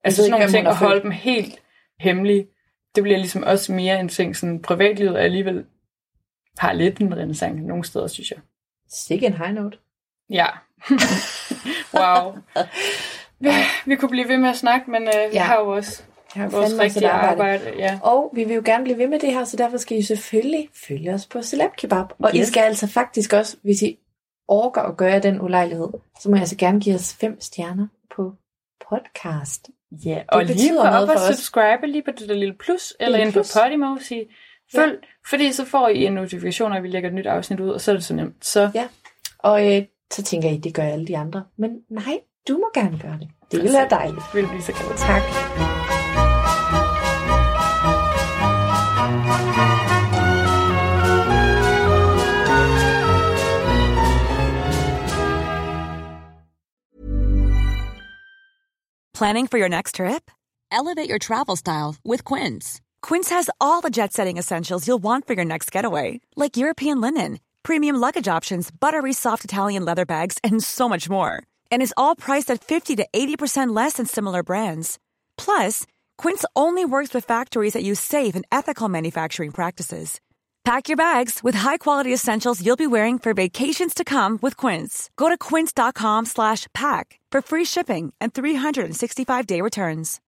Altså sådan nogle ting, at holde dem helt hemmelige, det bliver ligesom også mere en ting, sådan privatlivet er alligevel har lidt en renæssance nogle steder, synes jeg. Sikke en high note. Ja. Wow. Vi kunne blive ved med at snakke, men vi har jo også vores rigtige arbejde. Ja. Og vi vil jo gerne blive ved med det her, så derfor skal I selvfølgelig følge os på Celeb Kebab. Og I skal altså faktisk også, hvis I orker at gøre den ulejlighed, så må I altså gerne give os 5 stjerner på podcast. Ja, og lige gå op og subscribe lige på det der lille plus, eller ind på Podimo og sige følg, fordi så får I en notifikation, når vi lægger et nyt afsnit ud, og så er det så nemt. Så. Ja, og så tænker I, det gør alle de andre. Men nej, du må gerne gøre det. Det vil være dejligt. Det vil blive så godt. Tak. Planning for your next trip? Elevate your travel style with Quince. Quince has all the jet-setting essentials you'll want for your next getaway, like European linen, premium luggage options, buttery soft Italian leather bags, and so much more. And is all priced at 50 to 80% less than similar brands. Plus, Quince only works with factories that use safe and ethical manufacturing practices. Pack your bags with high-quality essentials you'll be wearing for vacations to come with Quince. Go to quince.com/pack for free shipping and 365-day returns.